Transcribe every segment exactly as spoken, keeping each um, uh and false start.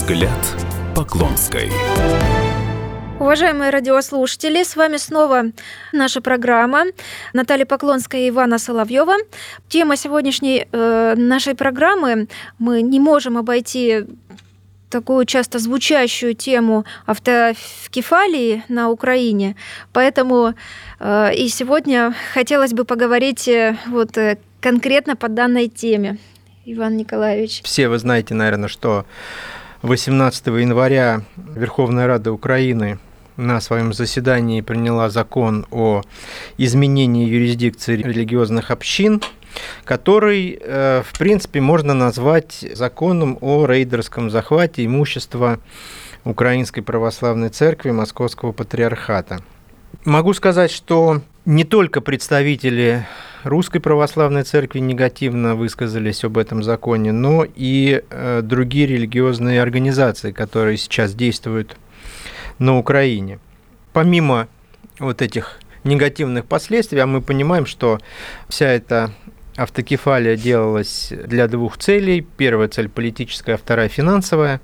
Взгляд Поклонской. Уважаемые радиослушатели, с вами снова наша программа. Наталья Поклонская и Ивана Соловьева. Тема сегодняшней э, нашей программы: мы не можем обойти такую часто звучащую тему автокефалии на Украине. Поэтому э, и сегодня хотелось бы поговорить э, вот, э, конкретно по данной теме. Иван Николаевич. Все вы знаете, наверное, что восемнадцатого января Верховная Рада Украины на своем заседании приняла закон о изменении юрисдикции религиозных общин, который, в принципе, можно назвать законом о рейдерском захвате имущества Украинской Православной Церкви Московского Патриархата. Могу сказать, что не только представители Русской Православной Церкви негативно высказались об этом законе, но и другие религиозные организации, которые сейчас действуют на Украине. Помимо вот этих негативных последствий, а мы понимаем, что вся эта автокефалия делалась для двух целей. Первая цель политическая, а вторая финансовая,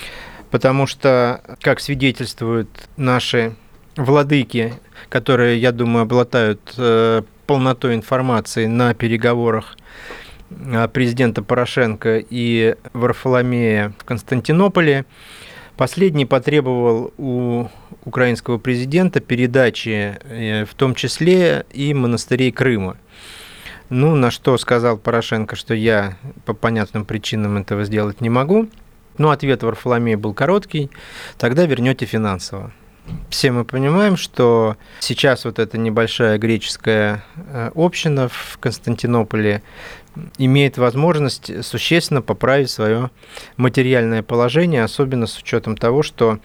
потому что, как свидетельствуют наши владыки, которые, я думаю, обладают полнотой информации на переговорах президента Порошенко и Варфоломея в Константинополе, последний потребовал у украинского президента передачи, в том числе и монастырей Крыма. Ну, на что сказал Порошенко, что я по понятным причинам этого сделать не могу. Но ответ Варфоломея был короткий: тогда вернете финансово. Все мы понимаем, что сейчас вот эта небольшая греческая община в Константинополе имеет возможность существенно поправить свое материальное положение, особенно с учетом того, что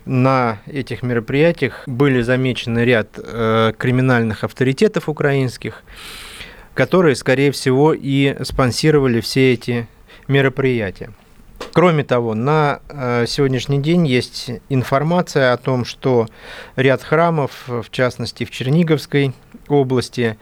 на этих мероприятиях были замечены ряд криминальных авторитетов украинских, которые, скорее всего, и спонсировали все эти мероприятия. Кроме того, на сегодняшний день есть информация о том, что ряд храмов, в частности в Черниговской области,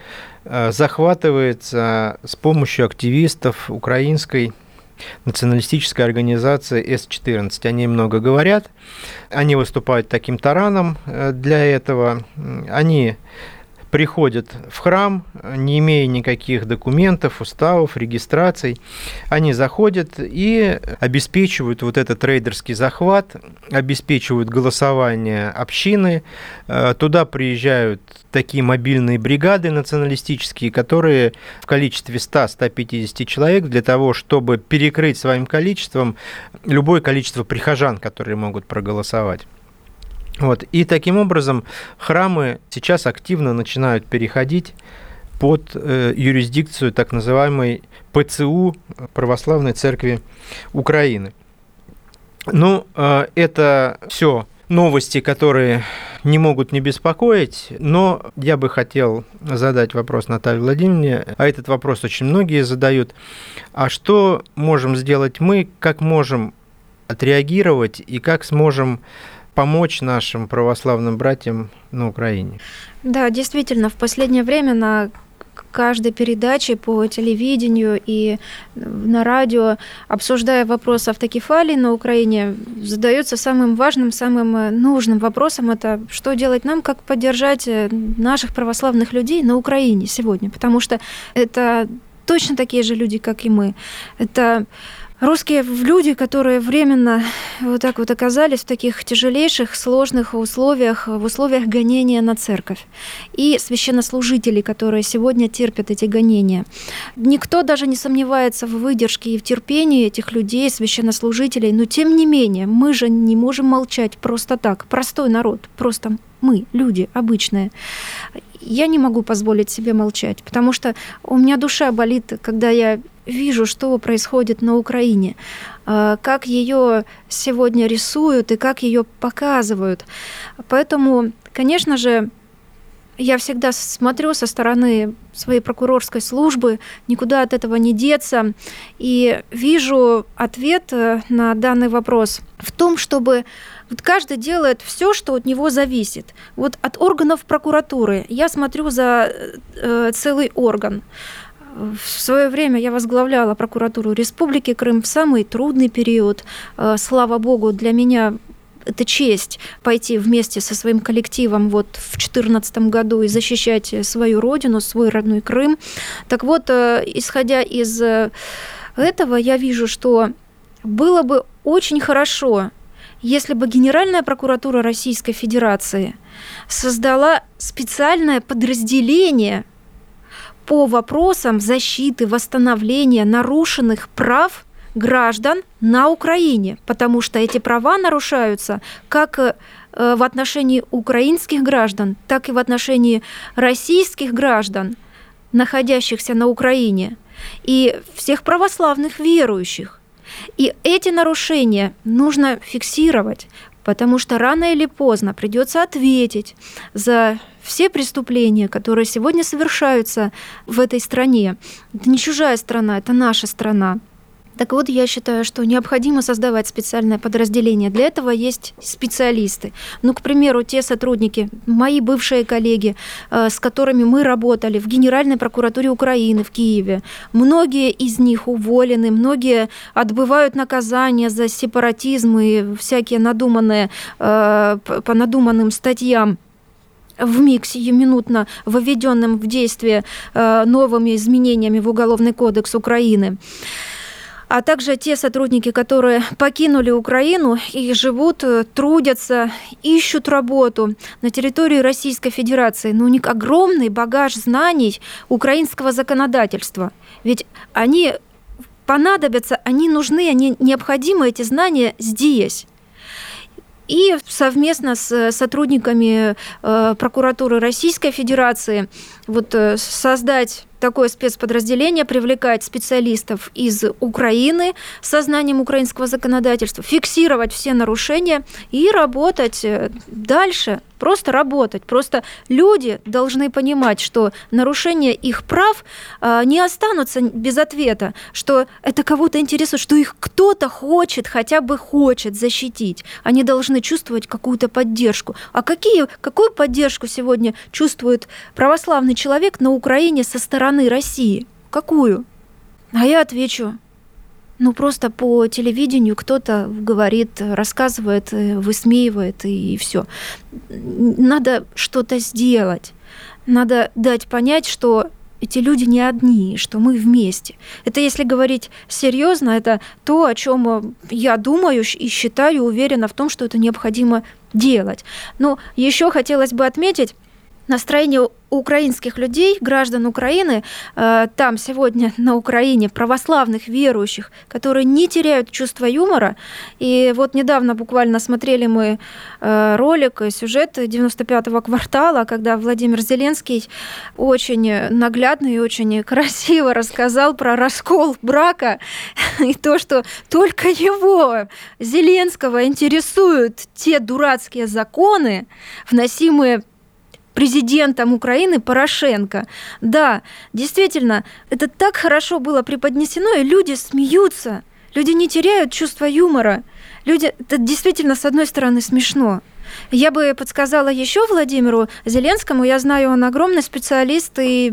захватывается с помощью активистов украинской националистической организации эс четырнадцать. Они много говорят, они выступают таким тараном для этого, они приходят в храм, не имея никаких документов, уставов, регистраций. Они заходят и обеспечивают вот этот рейдерский захват, обеспечивают голосование общины. Туда приезжают такие мобильные бригады националистические, которые в количестве сто - сто пятьдесят человек, для того, чтобы перекрыть своим количеством любое количество прихожан, которые могут проголосовать. Вот. И таким образом храмы сейчас активно начинают переходить под э, юрисдикцию так называемой пэ цэ у Православной Церкви Украины. Ну, э, это все новости, которые не могут не беспокоить, но я бы хотел задать вопрос Наталье Владимировне, а этот вопрос очень многие задают. А что можем сделать мы, как можем отреагировать и как сможем помочь нашим православным братьям на Украине? Да, действительно, в последнее время на каждой передаче по телевидению и на радио, обсуждая вопрос автокефалии на Украине, задается самым важным, самым нужным вопросом: это что делать нам, как поддержать наших православных людей на Украине сегодня, потому что это точно такие же люди, как и мы. Это русские люди, которые временно вот так вот оказались в таких тяжелейших, сложных условиях, в условиях гонения на церковь. И священнослужители, которые сегодня терпят эти гонения. Никто даже не сомневается в выдержке и в терпении этих людей, священнослужителей, но тем не менее мы же не можем молчать просто так. Простой народ, просто мы, люди обычные. Я не могу позволить себе молчать, потому что у меня душа болит, когда я вижу, что происходит на Украине, как ее сегодня рисуют и как ее показывают. Поэтому, конечно же, я всегда смотрю со стороны своей прокурорской службы, никуда от этого не деться, и вижу ответ на данный вопрос в том, чтобы вот каждый делает все, что от него зависит. Вот от органов прокуратуры я смотрю за э, целый орган. В свое время я возглавляла прокуратуру Республики Крым в самый трудный период. Слава богу, для меня это честь пойти вместе со своим коллективом вот в две тысячи четырнадцатом году и защищать свою родину, свой родной Крым. Так вот, исходя из этого, я вижу, что было бы очень хорошо, если бы Генеральная прокуратура Российской Федерации создала специальное подразделение по вопросам защиты, восстановления нарушенных прав граждан на Украине, потому что эти права нарушаются как в отношении украинских граждан, так и в отношении российских граждан, находящихся на Украине, и всех православных верующих. И эти нарушения нужно фиксировать, потому что рано или поздно придется ответить за все преступления, которые сегодня совершаются в этой стране. Это не чужая страна, это наша страна. Так вот, я считаю, что необходимо создавать специальное подразделение. Для этого есть специалисты. Ну, к примеру, те сотрудники, мои бывшие коллеги, с которыми мы работали в Генеральной прокуратуре Украины в Киеве, многие из них уволены, многие отбывают наказания за сепаратизм и всякие надуманные, по надуманным статьям, в МИГ сиюминутно введенным в действие новыми изменениями в Уголовный кодекс Украины. А также те сотрудники, которые покинули Украину и живут, трудятся, ищут работу на территории Российской Федерации. Но у них огромный багаж знаний украинского законодательства. Ведь они понадобятся, они нужны, они необходимы, эти знания здесь. И совместно с сотрудниками прокуратуры Российской Федерации вот создать такое спецподразделение, привлекать специалистов из Украины со знанием украинского законодательства, фиксировать все нарушения и работать дальше, просто работать. Просто люди должны понимать, что нарушения их прав не останутся без ответа, что это кого-то интересует, что их кто-то хочет, хотя бы хочет защитить. Они должны чувствовать какую-то поддержку. А какие, какую поддержку сегодня чувствует православный человек на Украине со стороны России? Какую? А я отвечу, ну просто по телевидению кто-то говорит, рассказывает, высмеивает и все. Надо что-то сделать. Надо дать понять, что эти люди не одни, что мы вместе. Это, если говорить серьезно, это то, о чем я думаю и считаю, уверена в том, что это необходимо делать. Но еще хотелось бы отметить, настроение украинских людей, граждан Украины, там сегодня на Украине православных верующих, которые не теряют чувство юмора. И вот недавно буквально смотрели мы ролик, сюжет девяносто пятого квартала, когда Владимир Зеленский очень наглядно и очень красиво рассказал про раскол брака и то, что только его, Зеленского, интересуют те дурацкие законы, вносимые президентом Украины Порошенко. Да, действительно, это так хорошо было преподнесено, и люди смеются. Люди не теряют чувство юмора. Люди, это действительно, с одной стороны, смешно. Я бы подсказала еще Владимиру Зеленскому. Я знаю, он огромный специалист, и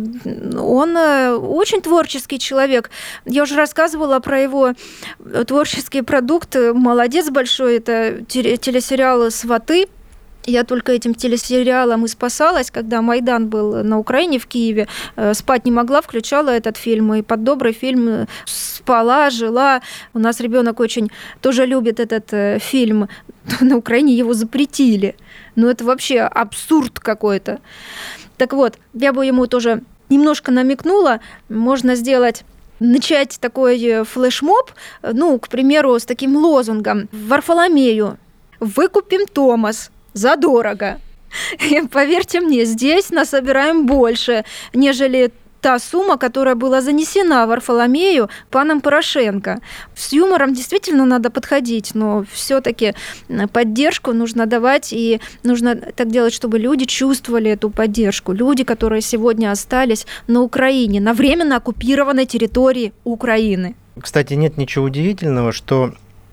он очень творческий человек. Я уже рассказывала про его творческий продукт. Молодец большой. Это телесериал «Сваты». Я только этим телесериалом и спасалась, когда Майдан был на Украине, в Киеве. Спать не могла, включала этот фильм, и под добрый фильм спала, жила. У нас ребенок очень тоже любит этот фильм. На Украине его запретили. Ну, это вообще абсурд какой-то. Так вот, я бы ему тоже немножко намекнула. Можно сделать... начать такой флешмоб, ну, к примеру, с таким лозунгом: «Варфоломею, выкупим Томас задорого». И поверьте мне, здесь насобираем больше, нежели та сумма, которая была занесена Варфоломею паном Порошенко. С юмором действительно надо подходить, но все-таки поддержку нужно давать, и нужно так делать, чтобы люди чувствовали эту поддержку. Люди, которые сегодня остались на Украине, на временно оккупированной территории Украины. Кстати, нет ничего удивительного, что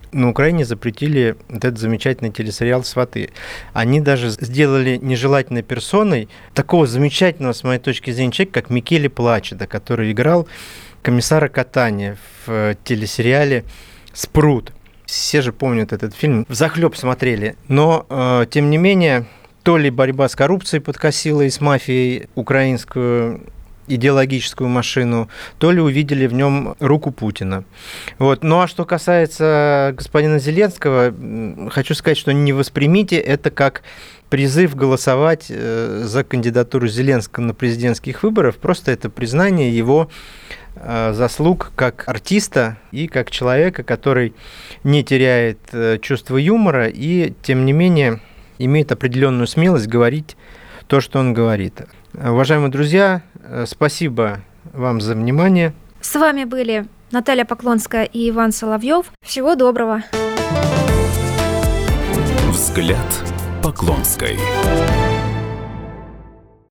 на Украине запретили вот этот замечательный телесериал «Сваты». Они даже сделали нежелательной персоной такого замечательного, с моей точки зрения, человека, как Микеле Плачедо, который играл комиссара Катани в телесериале «Спрут». Все же помнят этот фильм, взахлёб смотрели. Но, э, тем не менее, то ли борьба с коррупцией подкосила и с мафией украинскую идеологическую машину, то ли увидели в нем руку Путина. Вот. Ну а что касается господина Зеленского, хочу сказать, что не воспримите это как призыв голосовать за кандидатуру Зеленского на президентских выборах, просто это признание его заслуг как артиста и как человека, который не теряет чувство юмора и, тем не менее, имеет определенную смелость говорить то, что он говорит. Уважаемые друзья, спасибо вам за внимание. С вами были Наталья Поклонская и Иван Соловьев. Всего доброго. Взгляд Поклонской.